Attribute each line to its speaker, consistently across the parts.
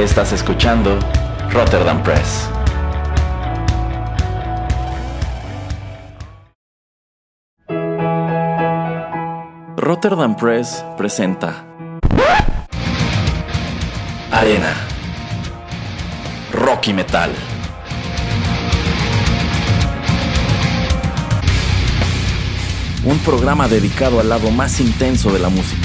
Speaker 1: Estás escuchando Rotterdam Press. Rotterdam Press presenta Arena, Rock y Metal. Un programa dedicado al lado más intenso de la música.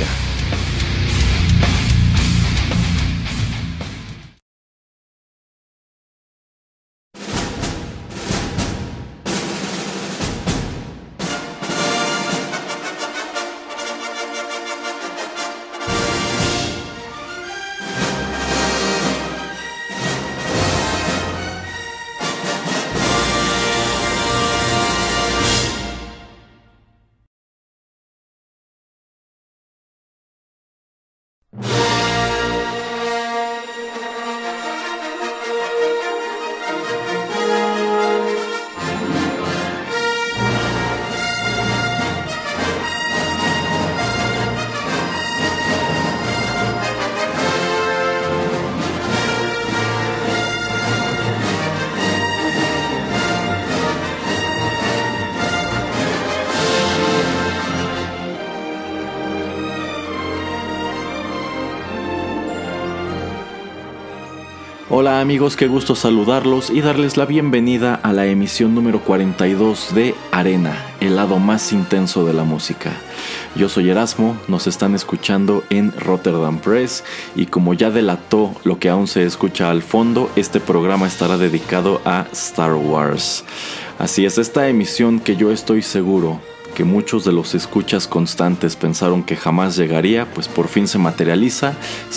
Speaker 1: Hola amigos, qué gusto saludarlos y darles la bienvenida a la emisión número 42 de Arena, el lado más intenso de la música. Yo soy Erasmo, nos están escuchando en Rotterdam Press y como ya delató lo que aún se escucha al fondo, este programa estará dedicado a Star Wars. Así es, esta emisión que yo estoy seguro que muchos de los escuchas constantes pensaron que jamás llegaría, pues por fin se materializa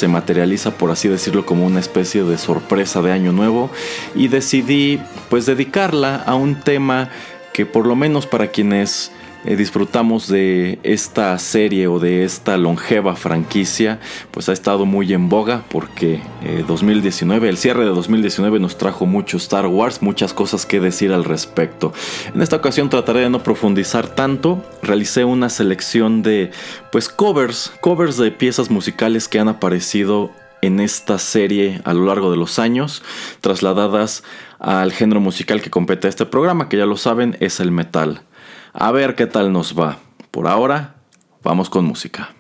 Speaker 1: por así decirlo como una especie de sorpresa de año nuevo y decidí pues dedicarla a un tema que por lo menos para quienes disfrutamos de esta serie o de esta longeva franquicia pues ha estado muy en boga porque el cierre de 2019 nos trajo mucho Star Wars, muchas cosas que decir al respecto. En esta ocasión trataré de no profundizar tanto, realicé una selección de pues covers de piezas musicales que han aparecido en esta serie a lo largo de los años, trasladadas al género musical que compete a este programa, que ya lo saben es el metal. A ver qué tal nos va. Por ahora, vamos con música.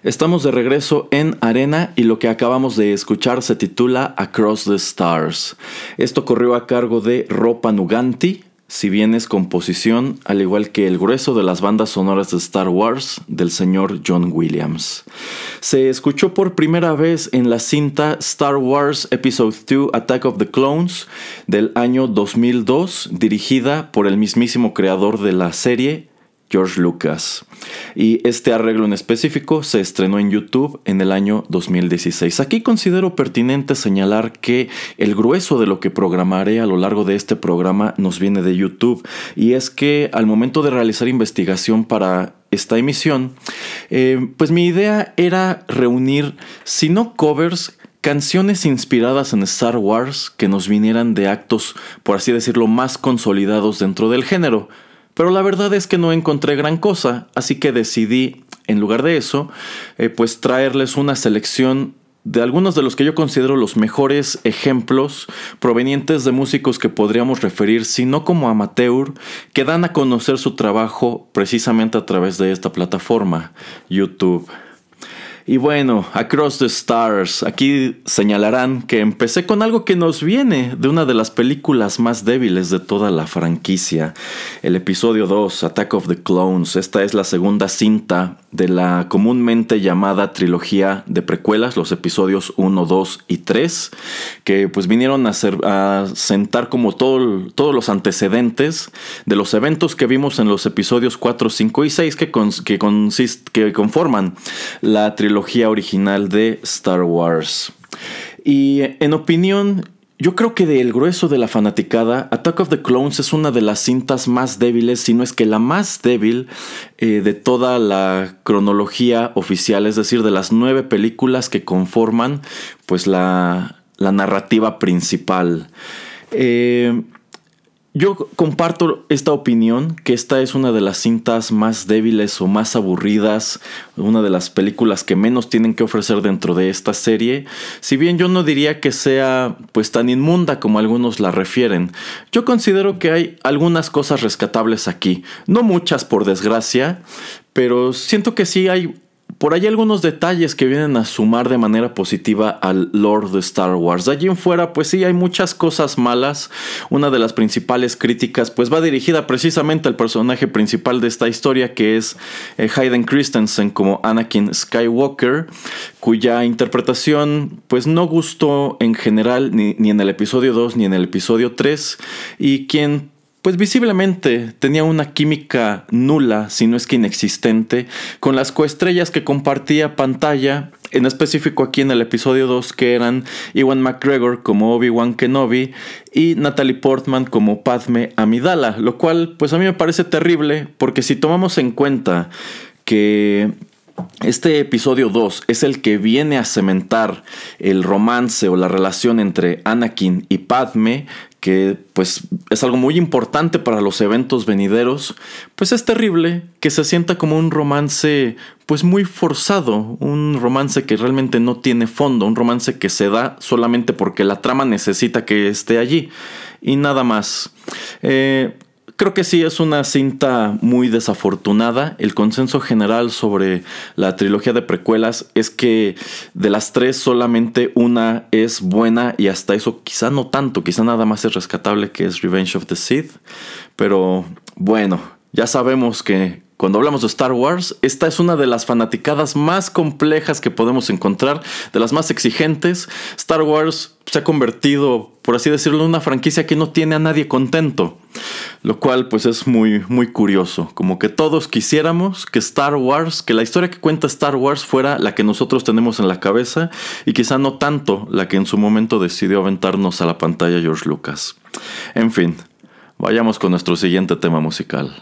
Speaker 1: Estamos de regreso en Arena y lo que acabamos de escuchar se titula Across the Stars. Esto corrió a cargo de Ropa Nuganti, si bien es composición, al igual que el grueso de las bandas sonoras de Star Wars, del señor John Williams. Se escuchó por primera vez en la cinta Star Wars Episode II Attack of the Clones del año 2002, dirigida por el mismísimo creador de la serie, George Lucas. Y este arreglo en específico se estrenó en YouTube en el año 2016. Aquí considero pertinente señalar que el grueso de lo que programaré a lo largo de este programa nos viene de YouTube. Y es que al momento de realizar investigación para esta emisión, pues mi idea era reunir, si no covers, canciones inspiradas en Star Wars que nos vinieran de actos, por así decirlo, más consolidados dentro del género. Pero la verdad es que no encontré gran cosa, así que decidí, en lugar de eso, pues traerles una selección de algunos de los que yo considero los mejores ejemplos provenientes de músicos que podríamos referir, si no como amateur, que dan a conocer su trabajo precisamente a través de esta plataforma, YouTube. Y bueno, Across the Stars, aquí señalarán que empecé con algo que nos viene de una de las películas más débiles de toda la franquicia, el episodio 2, Attack of the Clones. Esta es la segunda cinta de la comúnmente llamada trilogía de precuelas, los episodios 1, 2 y 3, que pues vinieron a sentar como todos los antecedentes de los eventos que vimos en los episodios 4, 5 y 6 que conforman la trilogía original de Star Wars. Y en opinión, yo creo que del grueso de la fanaticada, Attack of the Clones es una de las cintas más débiles, si no es que la más débil de toda la cronología oficial, es decir, de las 9 películas que conforman pues la narrativa principal. Yo comparto esta opinión, que esta es una de las cintas más débiles o más aburridas, una de las películas que menos tienen que ofrecer dentro de esta serie. Si bien yo no diría que sea pues tan inmunda como algunos la refieren, yo considero que hay algunas cosas rescatables aquí. No muchas, por desgracia, pero siento que sí hay por ahí algunos detalles que vienen a sumar de manera positiva al lore de Star Wars. De allí en fuera, pues sí, hay muchas cosas malas. Una de las principales críticas, pues va dirigida precisamente al personaje principal de esta historia, que es Hayden Christensen como Anakin Skywalker, cuya interpretación, pues no gustó en general ni en el episodio 2 ni en el episodio 3, y quien pues visiblemente tenía una química nula, si no es que inexistente, con las coestrellas que compartía pantalla, en específico aquí en el episodio 2, que eran Ewan McGregor como Obi-Wan Kenobi y Natalie Portman como Padme Amidala, lo cual pues a mí me parece terrible, porque si tomamos en cuenta que este episodio 2 es el que viene a cementar el romance o la relación entre Anakin y Padme, que pues es algo muy importante para los eventos venideros, pues es terrible que se sienta como un romance pues muy forzado, un romance que realmente no tiene fondo, un romance que se da solamente porque la trama necesita que esté allí y nada más. Creo que sí es una cinta muy desafortunada. El consenso general sobre la trilogía de precuelas es que de las 3 solamente una es buena, y hasta eso quizá no tanto, quizá nada más es rescatable, que es Revenge of the Sith. Pero bueno, ya sabemos que cuando hablamos de Star Wars, esta es una de las fanaticadas más complejas que podemos encontrar, de las más exigentes. Star Wars se ha convertido, por así decirlo, en una franquicia que no tiene a nadie contento, lo cual pues es muy, muy curioso. Como que todos quisiéramos que Star Wars, que la historia que cuenta Star Wars fuera la que nosotros tenemos en la cabeza, y quizá no tanto la que en su momento decidió aventarnos a la pantalla George Lucas. En fin, vayamos con nuestro siguiente tema musical.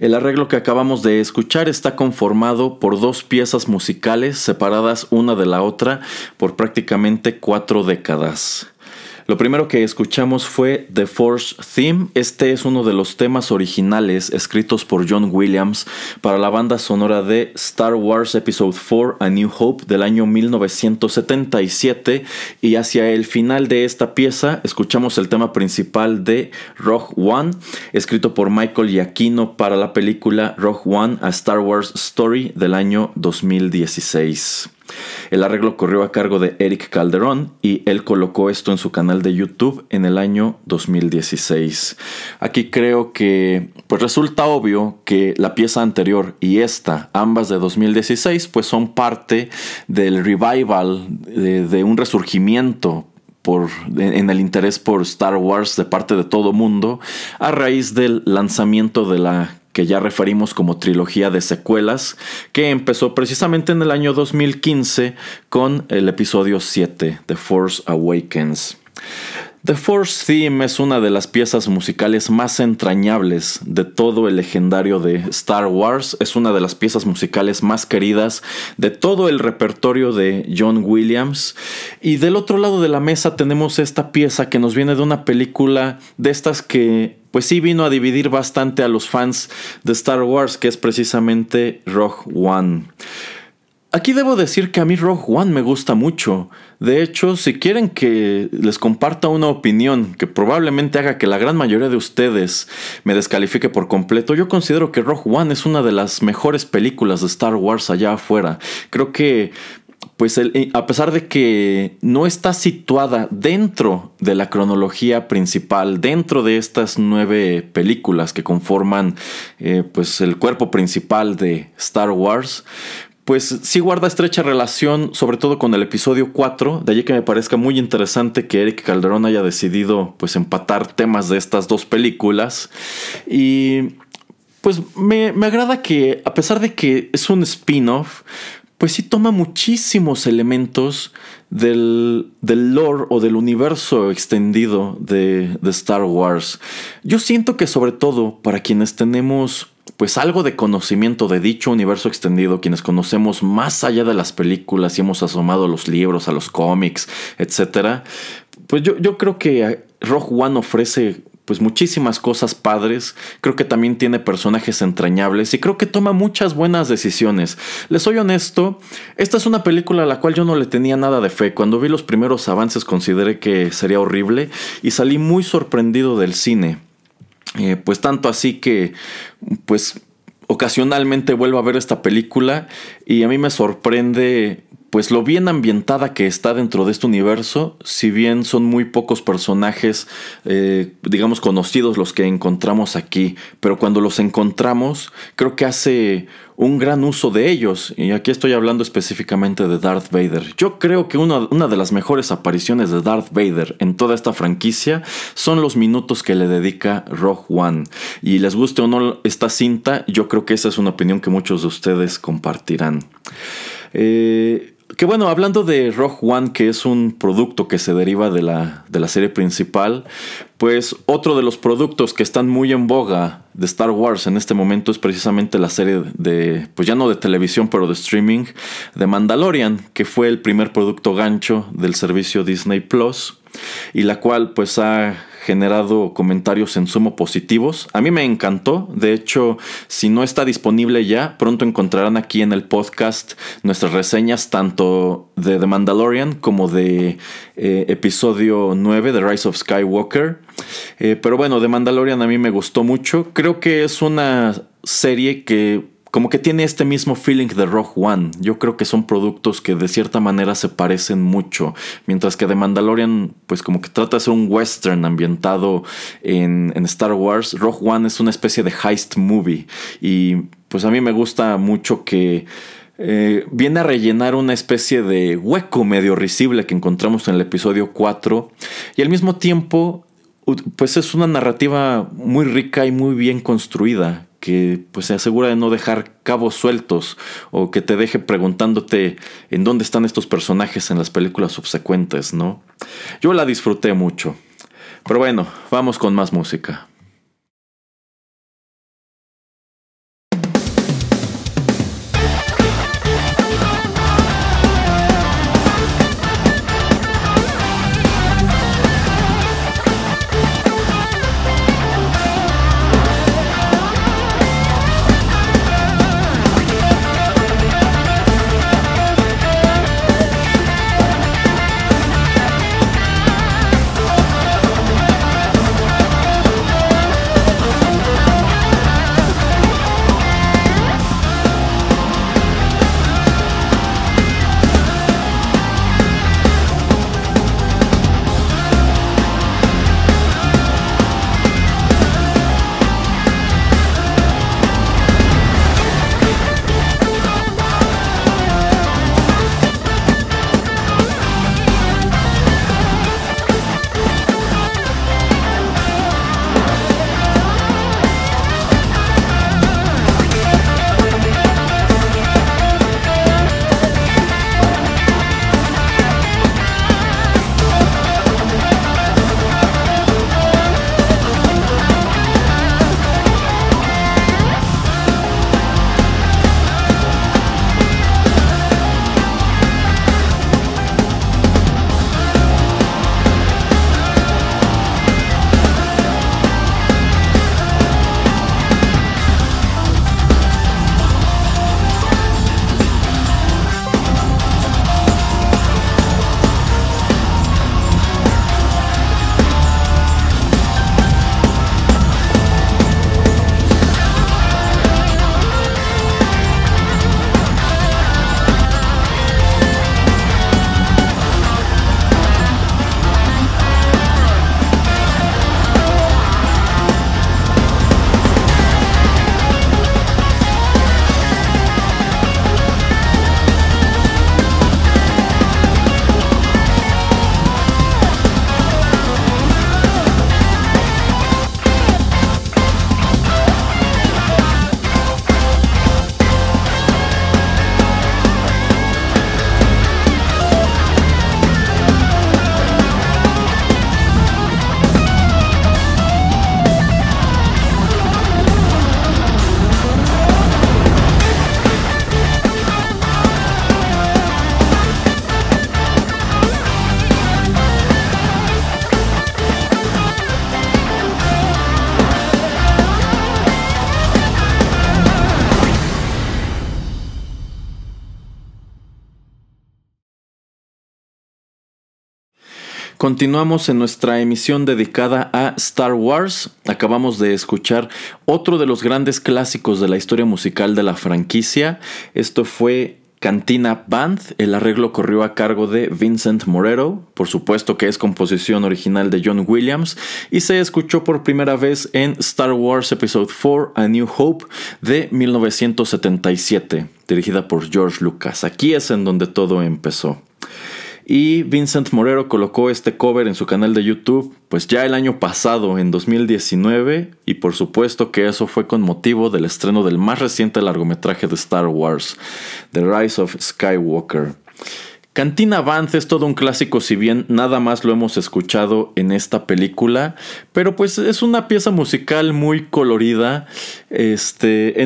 Speaker 1: El arreglo que acabamos de escuchar está conformado por dos piezas musicales separadas una de la otra por prácticamente 4 décadas. Lo primero que escuchamos fue The Force Theme. Este es uno de los temas originales escritos por John Williams para la banda sonora de Star Wars Episode 4 A New Hope del año 1977, y hacia el final de esta pieza escuchamos el tema principal de Rogue One, escrito por Michael Giacchino para la película Rogue One A Star Wars Story del año 2016. El arreglo corrió a cargo de Eric Calderón y él colocó esto en su canal de YouTube en el año 2016. Aquí creo que pues resulta obvio que la pieza anterior y esta, ambas de 2016, pues son parte del revival, de un resurgimiento en el interés por Star Wars de parte de todo mundo a raíz del lanzamiento de la que ya referimos como trilogía de secuelas, que empezó precisamente en el año 2015 con el episodio 7, The Force Awakens. The Force Theme es una de las piezas musicales más entrañables de todo el legendario de Star Wars. Es una de las piezas musicales más queridas de todo el repertorio de John Williams. Y del otro lado de la mesa tenemos esta pieza que nos viene de una película de estas que pues sí vino a dividir bastante a los fans de Star Wars, que es precisamente Rogue One. Aquí debo decir que a mí Rogue One me gusta mucho. De hecho, si quieren que les comparta una opinión que probablemente haga que la gran mayoría de ustedes me descalifique por completo, yo considero que Rogue One es una de las mejores películas de Star Wars allá afuera. Creo que pues a pesar de que no está situada dentro de la cronología principal, dentro de estas 9 películas que conforman pues el cuerpo principal de Star Wars, pues sí guarda estrecha relación, sobre todo con el episodio 4, de allí que me parezca muy interesante que Eric Calderón haya decidido pues empatar temas de estas 2 películas. Y pues me agrada que, a pesar de que es un spin-off, pues sí toma muchísimos elementos del lore o del universo extendido de Star Wars. Yo siento que sobre todo para quienes tenemos pues algo de conocimiento de dicho universo extendido, quienes conocemos más allá de las películas y hemos asomado a los libros, a los cómics, etcétera, pues yo creo que Rogue One ofrece pues muchísimas cosas padres. Creo que también tiene personajes entrañables y creo que toma muchas buenas decisiones. Les soy honesto, esta es una película a la cual yo no le tenía nada de fe. Cuando vi los primeros avances consideré que sería horrible y salí muy sorprendido del cine. Pues tanto así que pues ocasionalmente vuelvo a ver esta película y a mí me sorprende pues lo bien ambientada que está dentro de este universo. Si bien son muy pocos personajes, digamos, conocidos los que encontramos aquí, pero cuando los encontramos, creo que hace un gran uso de ellos. Y aquí estoy hablando específicamente de Darth Vader. Yo creo que una de las mejores apariciones de Darth Vader en toda esta franquicia son los minutos que le dedica Rogue One. Y les guste o no esta cinta, yo creo que esa es una opinión que muchos de ustedes compartirán. Que bueno, hablando de Rogue One, que es un producto que se deriva de la serie principal, pues otro de los productos que están muy en boga de Star Wars en este momento es precisamente la serie de, pues ya no de televisión, pero de streaming, de Mandalorian, que fue el primer producto gancho del servicio Disney Plus, y la cual pues ha generado comentarios en sumo positivos. A mí me encantó. De hecho, si no está disponible ya, pronto encontrarán aquí en el podcast nuestras reseñas tanto de The Mandalorian como de episodio 9 de Rise of Skywalker. Pero bueno, The Mandalorian a mí me gustó mucho. Creo que es una serie que como que tiene este mismo feeling de Rogue One. Yo creo que son productos que de cierta manera se parecen mucho. Mientras que The Mandalorian, pues como que trata de ser un western ambientado en Star Wars. Rogue One es una especie de heist movie. Y pues a mí me gusta mucho que viene a rellenar una especie de hueco medio risible que encontramos en el episodio 4. Y al mismo tiempo, pues es una narrativa muy rica y muy bien construida, que pues se asegura de no dejar cabos sueltos o que te deje preguntándote en dónde están estos personajes en las películas subsecuentes, ¿no? Yo la disfruté mucho. Pero bueno, vamos con más música. Continuamos en nuestra emisión dedicada a Star Wars. Acabamos de escuchar otro de los grandes clásicos de la historia musical de la franquicia. Esto fue Cantina Band. El arreglo corrió a cargo de Vincent Moreiro, por supuesto que es composición original de John Williams, y se escuchó por primera vez en Star Wars Episode 4 A New Hope de 1977, dirigida por George Lucas. Aquí es en donde todo empezó. Y Vincent Moreiro colocó este cover en su canal de YouTube pues ya el año pasado, en 2019, y por supuesto que eso fue con motivo del estreno del más reciente largometraje de Star Wars, The Rise of Skywalker. Cantina Band es todo un clásico, si bien nada más lo hemos escuchado en esta película, pero pues es una pieza musical muy colorida, en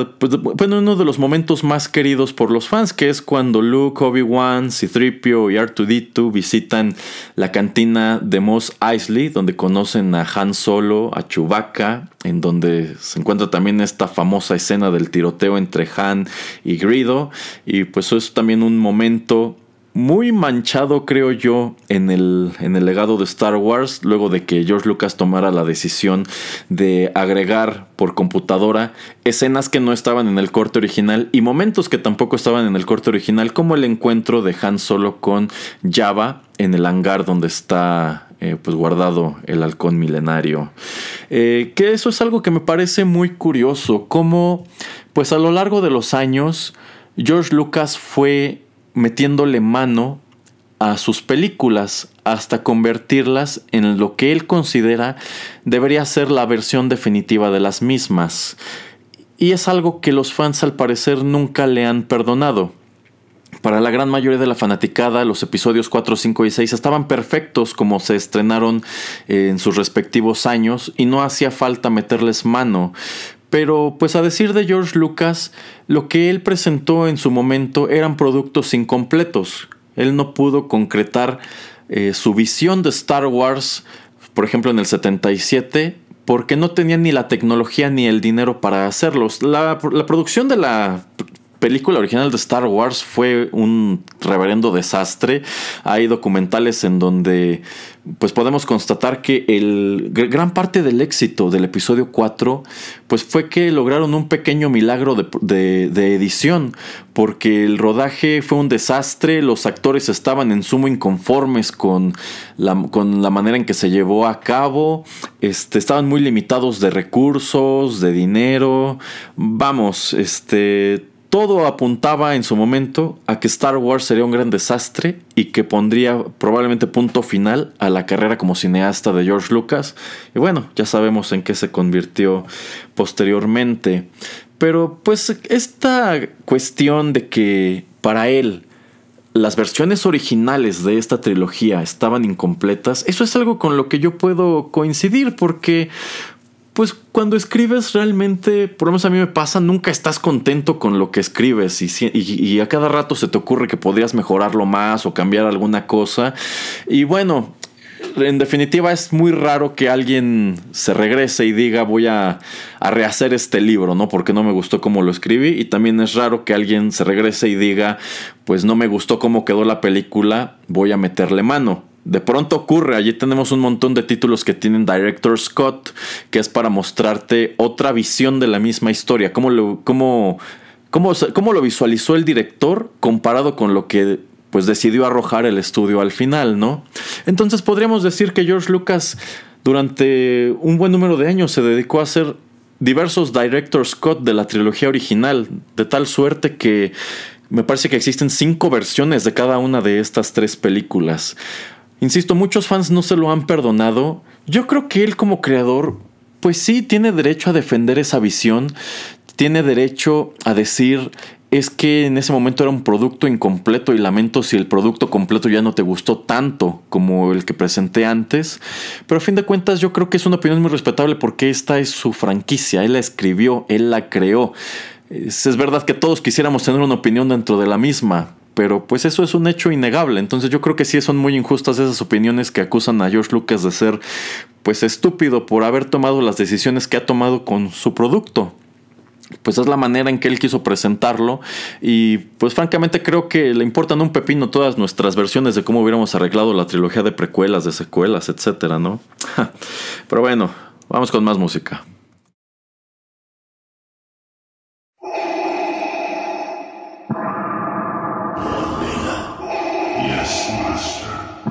Speaker 1: uno de los momentos más queridos por los fans, que es cuando Luke, Obi-Wan, C-3PO y R2-D2 visitan la cantina de Mos Eisley, donde conocen a Han Solo, a Chewbacca, en donde se encuentra también esta famosa escena del tiroteo entre Han y Greedo, y pues eso es también un momento muy manchado, creo yo, en el legado de Star Wars, luego de que George Lucas tomara la decisión de agregar por computadora escenas que no estaban en el corte original y momentos que tampoco estaban en el corte original, como el encuentro de Han Solo con Jabba en el hangar donde está pues guardado el halcón milenario. Que eso es algo que me parece muy curioso, como pues a lo largo de los años George Lucas fue metiéndole mano a sus películas hasta convertirlas en lo que él considera debería ser la versión definitiva de las mismas. Y es algo que los fans al parecer nunca le han perdonado. Para la gran mayoría de la fanaticada, los episodios 4, 5 y 6 estaban perfectos como se estrenaron en sus respectivos años y no hacía falta meterles mano. Pero pues a decir de George Lucas, lo que él presentó en su momento eran productos incompletos. Él no pudo concretar su visión de Star Wars, por ejemplo en el 77, porque no tenía ni la tecnología ni el dinero para hacerlos. La producción de la película original de Star Wars fue un reverendo desastre. Hay documentales en donde pues podemos constatar que gran parte del éxito del episodio 4 pues fue que lograron un pequeño milagro de edición, porque el rodaje fue un desastre. Los actores estaban en sumo inconformes con la manera en que se llevó a cabo. Estaban muy limitados de recursos, de dinero. Todo apuntaba en su momento a que Star Wars sería un gran desastre y que pondría probablemente punto final a la carrera como cineasta de George Lucas. Y bueno, ya sabemos en qué se convirtió posteriormente. Pero pues esta cuestión de que para él las versiones originales de esta trilogía estaban incompletas, eso es algo con lo que yo puedo coincidir, porque pues cuando escribes realmente, por lo menos a mí me pasa, nunca estás contento con lo que escribes y a cada rato se te ocurre que podrías mejorarlo más o cambiar alguna cosa. Y bueno, en definitiva es muy raro que alguien se regrese y diga voy a rehacer este libro, ¿no? Porque no me gustó cómo lo escribí. Y también es raro que alguien se regrese y diga pues no me gustó cómo quedó la película, voy a meterle mano. De pronto ocurre, allí tenemos un montón de títulos que tienen Director's Cut, que es para mostrarte otra visión de la misma historia, cómo lo visualizó el director comparado con lo que pues decidió arrojar el estudio al final, ¿no? Entonces podríamos decir que George Lucas durante un buen número de años se dedicó a hacer diversos Director's Cut de la trilogía original, de tal suerte que me parece que existen 5 versiones de cada una de estas 3 películas. Insisto, muchos fans no se lo han perdonado. Yo creo que él como creador, pues sí, tiene derecho a defender esa visión. Tiene derecho a decir, es que en ese momento era un producto incompleto y lamento si el producto completo ya no te gustó tanto como el que presenté antes. Pero a fin de cuentas yo creo que es una opinión muy respetable porque esta es su franquicia. Él la escribió, él la creó. Es verdad que todos quisiéramos tener una opinión dentro de la misma, pero pues eso es un hecho innegable. Entonces yo creo que sí son muy injustas esas opiniones que acusan a George Lucas de ser pues estúpido por haber tomado las decisiones que ha tomado con su producto. pues es la manera en que él quiso presentarlo, y pues francamente creo que le importan un pepino todas nuestras versiones de cómo hubiéramos arreglado la trilogía de precuelas, de secuelas, etcétera, ¿no? Pero bueno, vamos con más música.
Speaker 2: Yes, master.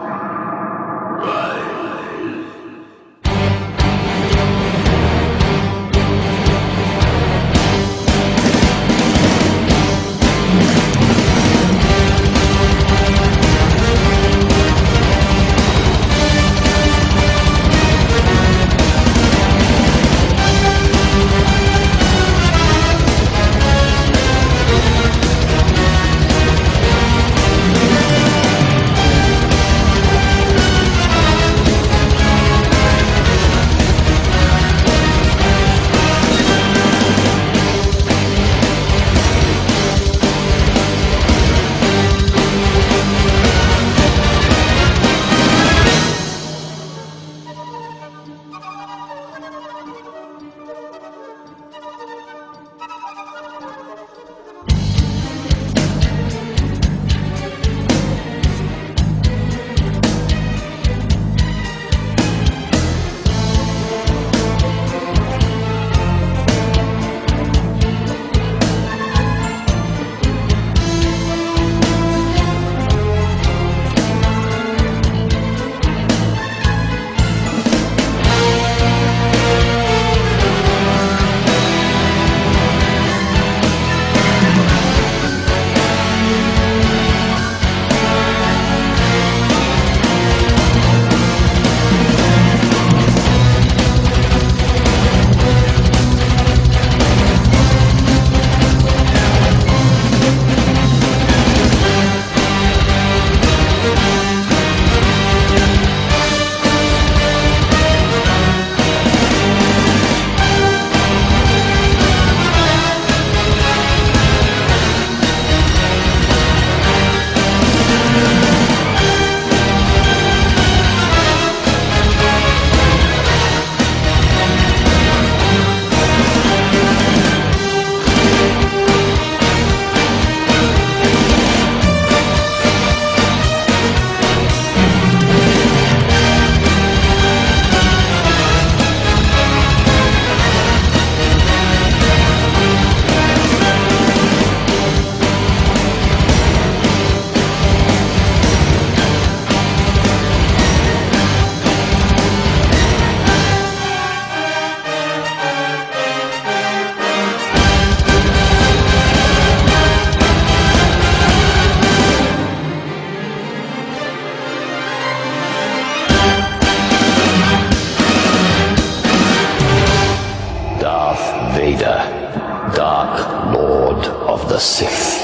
Speaker 2: Dark Lord of the Sith.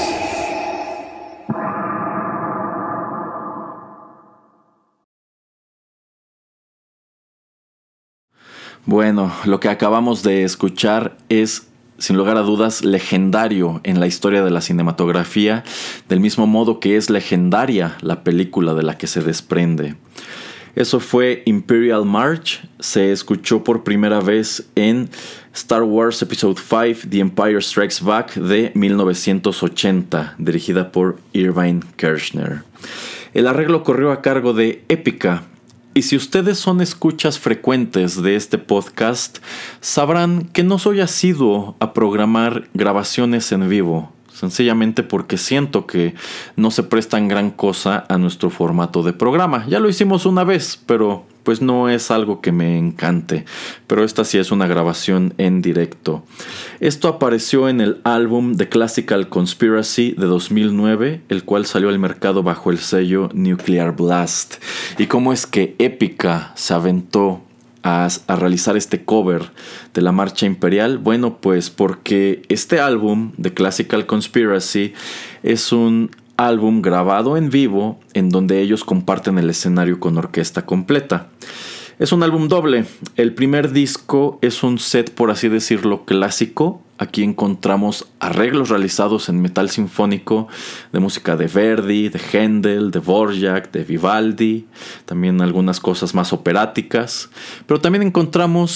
Speaker 1: Bueno, lo que acabamos de escuchar es, sin lugar a dudas, legendario en la historia de la cinematografía, del mismo modo que es legendaria la película de la que se desprende. Eso fue Imperial March, se escuchó por primera vez en Star Wars Episode 5, The Empire Strikes Back de 1980, dirigida por Irving Kershner. El arreglo corrió a cargo de Epica, y si ustedes son escuchas frecuentes de este podcast, sabrán que no soy asiduo a programar grabaciones en vivo, sencillamente porque siento que no se prestan gran cosa a nuestro formato de programa. Ya lo hicimos una vez, pero pues no es algo que me encante. Pero esta sí es una grabación en directo. Esto apareció en el álbum The Classical Conspiracy de 2009, el cual salió al mercado bajo el sello Nuclear Blast. ¿Y cómo es que Epica se aventó a realizar este cover de la Marcha Imperial? Bueno, pues porque este álbum, The Classical Conspiracy, es un álbum grabado en vivo en donde ellos comparten el escenario con orquesta completa. Es un álbum doble. El primer disco es un set, por así decirlo, clásico. Aquí encontramos arreglos realizados en metal sinfónico de música de Verdi, de Händel, de Dvorak, de Vivaldi, también algunas cosas más operáticas. Pero también encontramos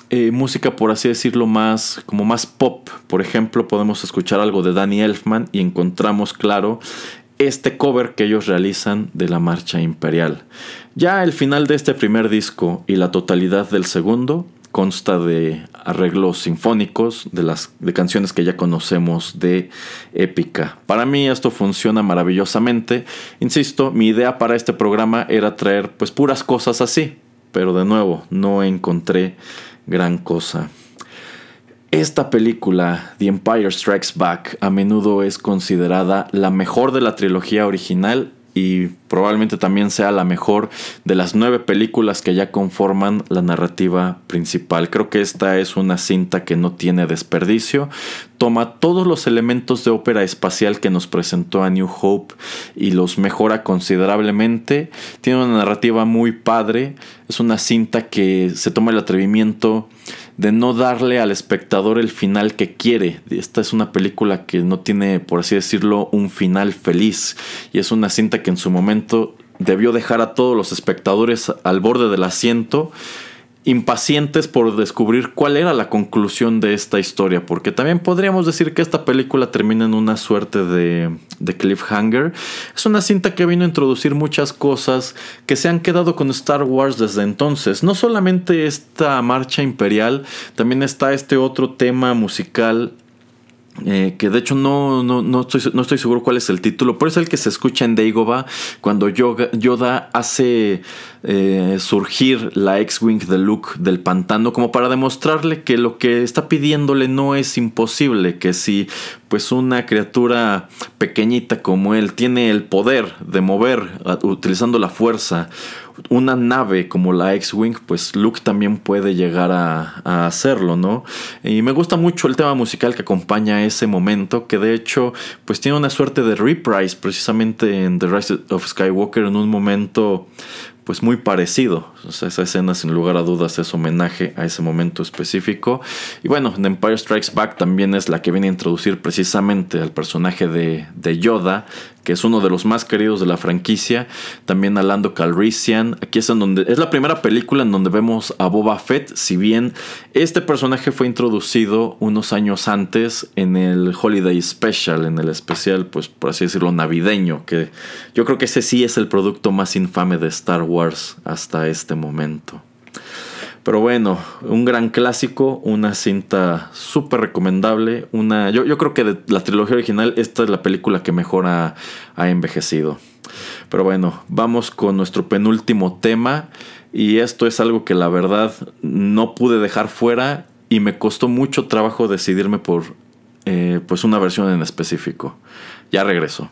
Speaker 1: música, por así decirlo, más pop. Por ejemplo, podemos escuchar algo de Danny Elfman y encontramos claro este cover que ellos realizan de la Marcha Imperial. Ya el final de este primer disco y la totalidad del segundo consta de arreglos sinfónicos de canciones que ya conocemos de Épica. Para mí esto funciona maravillosamente. Insisto, mi idea para este programa era traer pues puras cosas así, pero de nuevo no encontré gran cosa. Esta película, The Empire Strikes Back, a menudo es considerada la mejor de la trilogía original y probablemente también sea la mejor de las 9 películas que ya conforman la narrativa principal. Creo que esta es una cinta que no tiene desperdicio. Toma todos los elementos de ópera espacial que nos presentó a New Hope y los mejora considerablemente. Tiene una narrativa muy padre. Es una cinta que se toma el atrevimiento de no darle al espectador el final que quiere. Esta es una película que no tiene, por así decirlo, un final feliz. Y es una cinta que en su momento debió dejar a todos los espectadores al borde del asiento, impacientes por descubrir cuál era la conclusión de esta historia, porque también podríamos decir que esta película termina en una suerte de cliffhanger. Es una cinta que vino a introducir muchas cosas que se han quedado con Star Wars desde entonces. No solamente esta marcha imperial, también está este otro tema musical que de hecho no estoy seguro cuál es el título, pero es el que se escucha en Dagobah cuando Yoda hace surgir la X-Wing de Luke del pantano, como para demostrarle que lo que está pidiéndole no es imposible, que si pues una criatura pequeñita como él tiene el poder de mover utilizando la fuerza una nave como la X-Wing, pues Luke también puede llegar a hacerlo, ¿no? Y me gusta mucho el tema musical que acompaña ese momento, que de hecho pues tiene una suerte de reprise precisamente en The Rise of Skywalker, en un momento pues muy parecido. O sea, esa escena sin lugar a dudas es homenaje a ese momento específico. Y bueno, The Empire Strikes Back también es la que viene a introducir precisamente al personaje de Yoda, que es uno de los más queridos de la franquicia. También a Lando Calrissian. Aquí es la primera película en donde vemos a Boba Fett, si bien este personaje fue introducido unos años antes en el Holiday Special, en el especial, pues por así decirlo, navideño, que yo creo que ese sí es el producto más infame de Star Wars hasta este momento. Pero bueno, un gran clásico, una cinta súper recomendable. Yo creo que de la trilogía original esta es la película que mejor ha envejecido. Pero bueno, vamos con nuestro penúltimo tema. Y esto es algo que la verdad no pude dejar fuera y me costó mucho trabajo decidirme por pues una versión en específico. Ya regreso.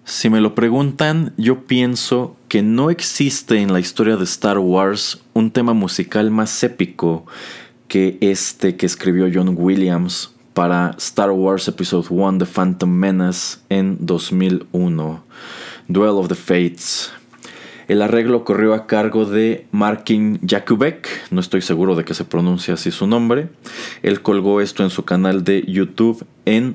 Speaker 1: Si me lo preguntan, yo pienso que no existe en la historia de Star Wars un tema musical más épico que este que escribió John Williams para Star Wars Episode 1 The Phantom Menace en 2001, Duel of the Fates. El arreglo corrió a cargo de Martin Jakubek, no estoy seguro de que se pronuncie así su nombre. Él colgó esto en su canal de YouTube en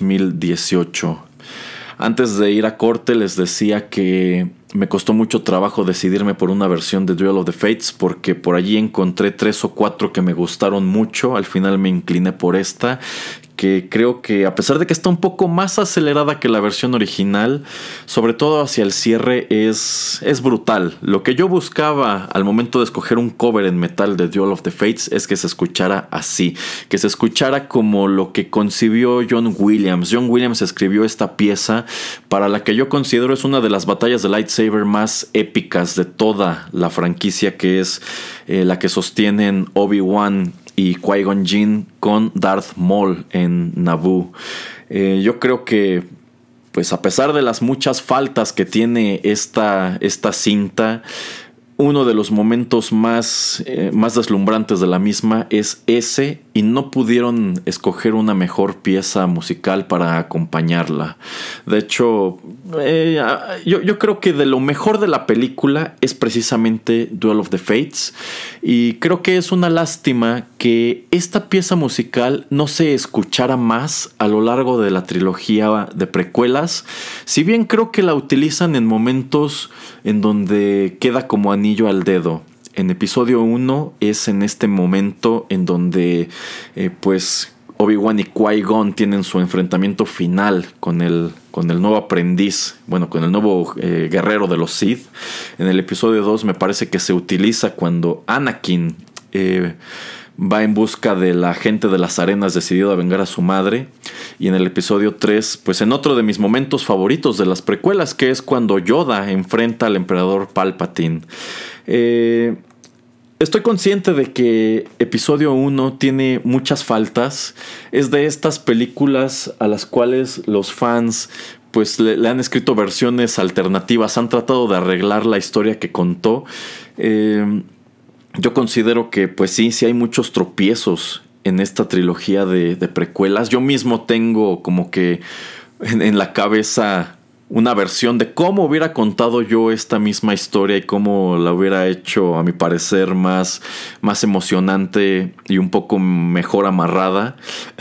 Speaker 1: 2018. Antes de ir a corte les decía que me costó mucho trabajo decidirme por una versión de Duel of the Fates porque por allí encontré 3 o 4 que me gustaron mucho. Al final me incliné por esta, que creo que a pesar de que está un poco más acelerada que la versión original, sobre todo hacia el cierre es brutal. Lo que yo buscaba al momento de escoger un cover en metal de Duel of the Fates es que se escuchara así, que se escuchara como lo que concibió John Williams. John Williams escribió esta pieza para la que yo considero es una de las batallas de lightsaber más épicas de toda la franquicia, que es la que sostienen Obi-Wan y Qui-Gon Jinn con Darth Maul en Naboo. Yo creo que, pues a pesar de las muchas faltas que tiene esta cinta, uno de los momentos más deslumbrantes de la misma es ese, y no pudieron escoger una mejor pieza musical para acompañarla. De hecho, yo creo que de lo mejor de la película es precisamente Duel of the Fates, y creo que es una lástima que esta pieza musical no se escuchara más a lo largo de la trilogía de precuelas, si bien creo que la utilizan en momentos en donde queda como anillo al dedo. En episodio 1 es en este momento en donde pues Obi-Wan y Qui-Gon tienen su enfrentamiento final con el nuevo aprendiz, bueno, con el nuevo guerrero de los Sith. En el episodio 2 me parece que se utiliza cuando Anakin va en busca de la gente de las arenas decidido a vengar a su madre. Y en el episodio 3, pues en otro de mis momentos favoritos de las precuelas, que es cuando Yoda enfrenta al emperador Palpatine. Estoy consciente de que episodio 1 tiene muchas faltas. Es de estas películas a las cuales los fans pues le han escrito versiones alternativas, han tratado de arreglar la historia que contó. Yo considero que pues sí hay muchos tropiezos en esta trilogía de precuelas. Yo mismo tengo como que en la cabeza una versión de cómo hubiera contado yo esta misma historia y cómo la hubiera hecho, a mi parecer, más emocionante y un poco mejor amarrada.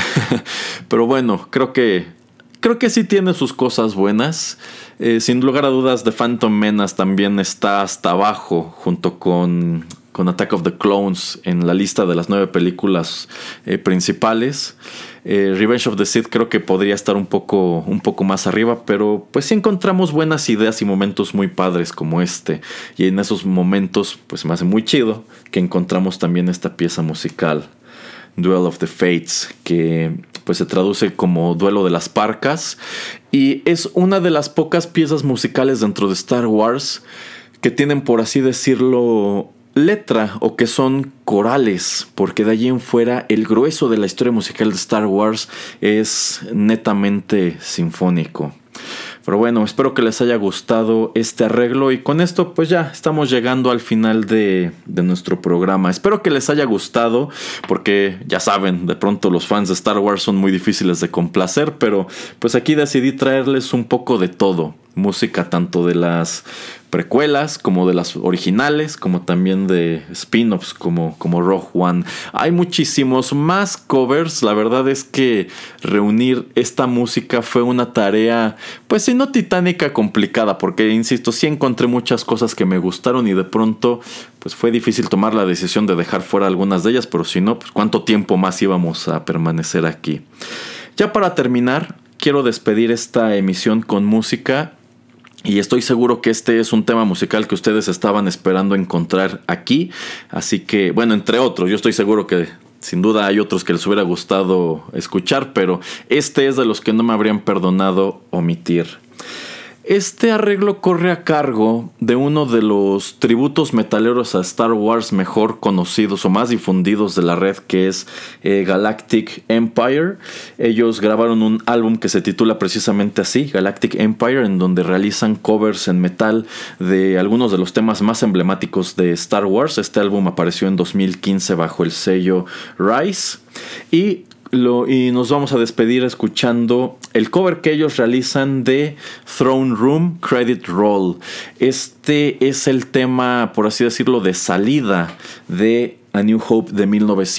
Speaker 1: Pero bueno, creo que sí tiene sus cosas buenas. Sin lugar a dudas, The Phantom Menace también está hasta abajo, junto con Attack of the Clones en la lista de las 9 películas principales. Revenge of the Sith creo que podría estar un poco más arriba, pero pues sí encontramos buenas ideas y momentos muy padres como este, y en esos momentos pues me hace muy chido que encontramos también esta pieza musical, Duel of the Fates, que pues se traduce como Duelo de las Parcas, y es una de las pocas piezas musicales dentro de Star Wars que tienen, por así decirlo, letra, o que son corales, porque de allí en fuera el grueso de la historia musical de Star Wars es netamente sinfónico. Pero bueno, espero que les haya gustado este arreglo, y con esto pues ya estamos llegando al final de nuestro programa. Espero que les haya gustado, porque ya saben, de pronto los fans de Star Wars son muy difíciles de complacer, pero pues aquí decidí traerles un poco de todo. Música tanto de las precuelas como de las originales, como también de spin-offs como Rogue One. Hay muchísimos más covers. La verdad es que reunir esta música fue una tarea, pues si no titánica, complicada, porque insisto, sí encontré muchas cosas que me gustaron y de pronto pues fue difícil tomar la decisión de dejar fuera algunas de ellas, pero si no, pues cuánto tiempo más íbamos a permanecer aquí. Ya para terminar, quiero despedir esta emisión con música. Y estoy seguro que este es un tema musical que ustedes estaban esperando encontrar aquí. Así que, bueno, entre otros, yo estoy seguro que sin duda hay otros que les hubiera gustado escuchar, pero este es de los que no me habrían perdonado omitir. Este arreglo corre a cargo de uno de los tributos metaleros a Star Wars mejor conocidos o más difundidos de la red, que es Galactic Empire. Ellos grabaron un álbum que se titula precisamente así, Galactic Empire, en donde realizan covers en metal de algunos de los temas más emblemáticos de Star Wars. Este álbum apareció en 2015 bajo el sello Rise y nos vamos a despedir escuchando el cover que ellos realizan de Throne Room Credit Roll. Este es el tema, por así decirlo, de salida de A New Hope de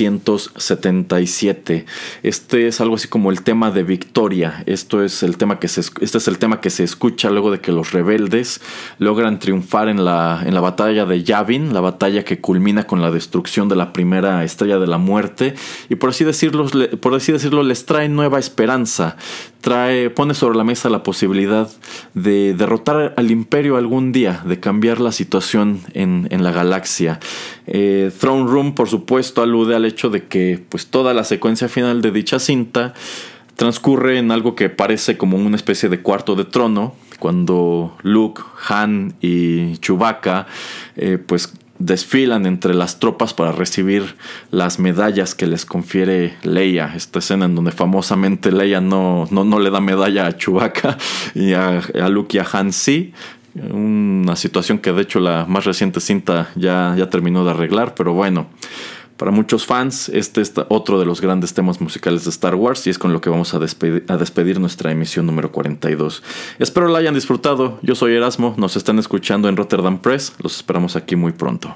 Speaker 1: 1977. Este es algo así como el tema de victoria. Este es el tema que se escucha luego de que los rebeldes logran triunfar en la batalla de Yavin, la batalla que culmina con la destrucción de la primera estrella de la muerte, y por así decirlo les trae nueva esperanza. Pone sobre la mesa la posibilidad de derrotar al Imperio algún día, de cambiar la situación en la galaxia. Throne Room, por supuesto, alude al hecho de que pues, toda la secuencia final de dicha cinta transcurre en algo que parece como una especie de cuarto de trono, cuando Luke, Han y Chewbacca pues desfilan entre las tropas para recibir las medallas que les confiere Leia. Esta escena en donde famosamente Leia no le da medalla a Chewbacca y a Luke y a Han sí. Una situación que de hecho la más reciente cinta ya terminó de arreglar, pero bueno, para muchos fans este es otro de los grandes temas musicales de Star Wars y es con lo que vamos a despedir nuestra emisión número 42. Espero la hayan disfrutado. Yo soy Erasmo, nos están escuchando en Rotterdam Press, los esperamos aquí muy pronto.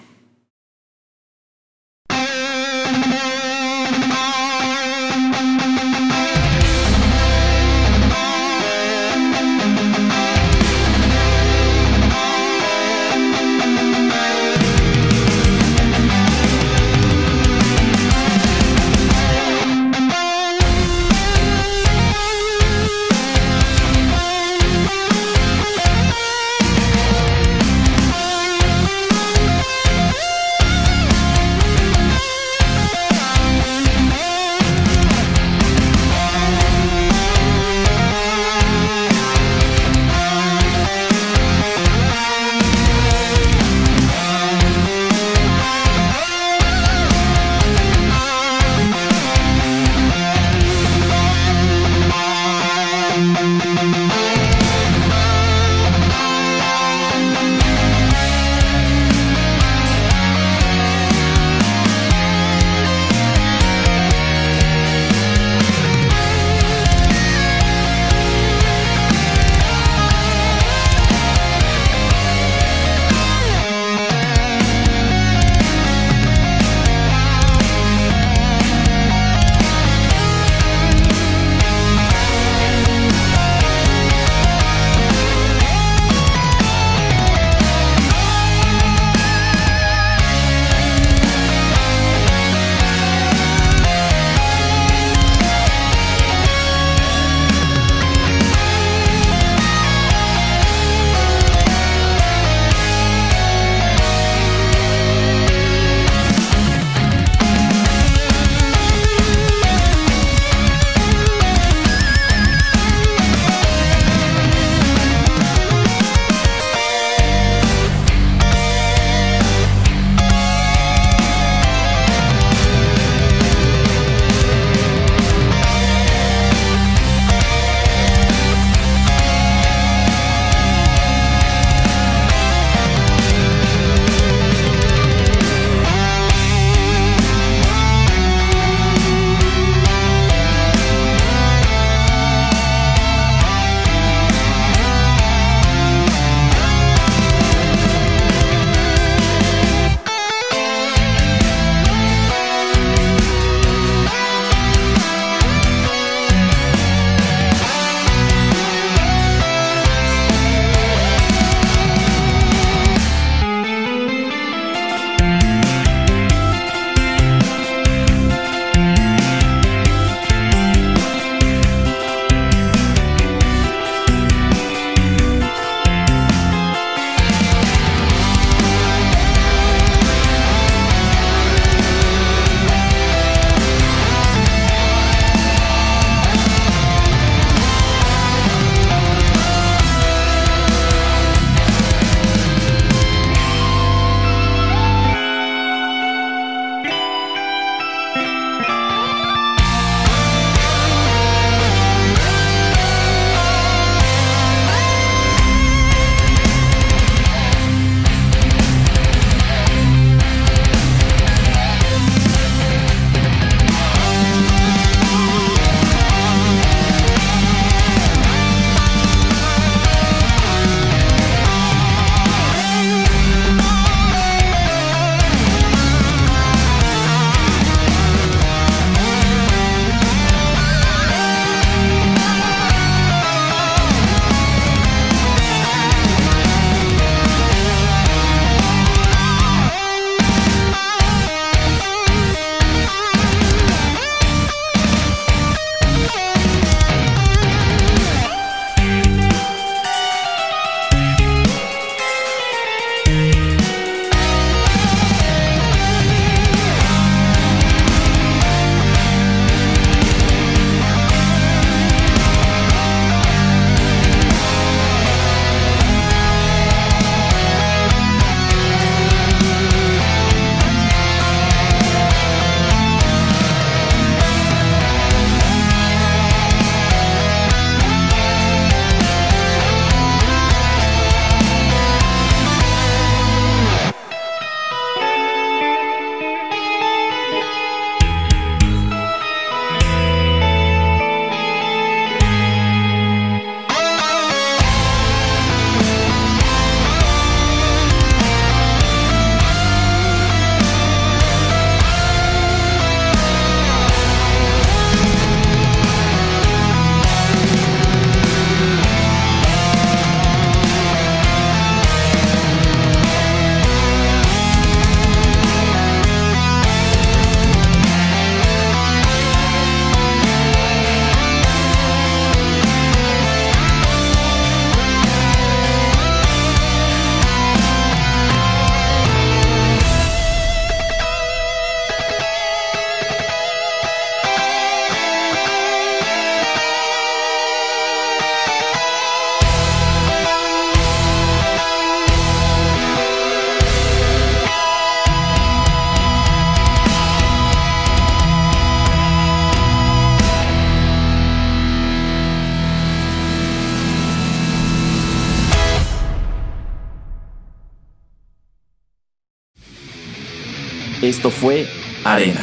Speaker 1: Esto fue Arena.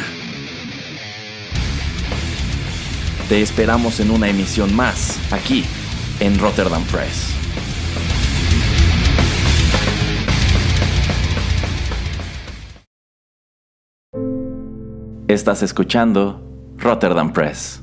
Speaker 1: Te esperamos en una emisión más, aquí, en Rotterdam Press. Estás escuchando Rotterdam Press.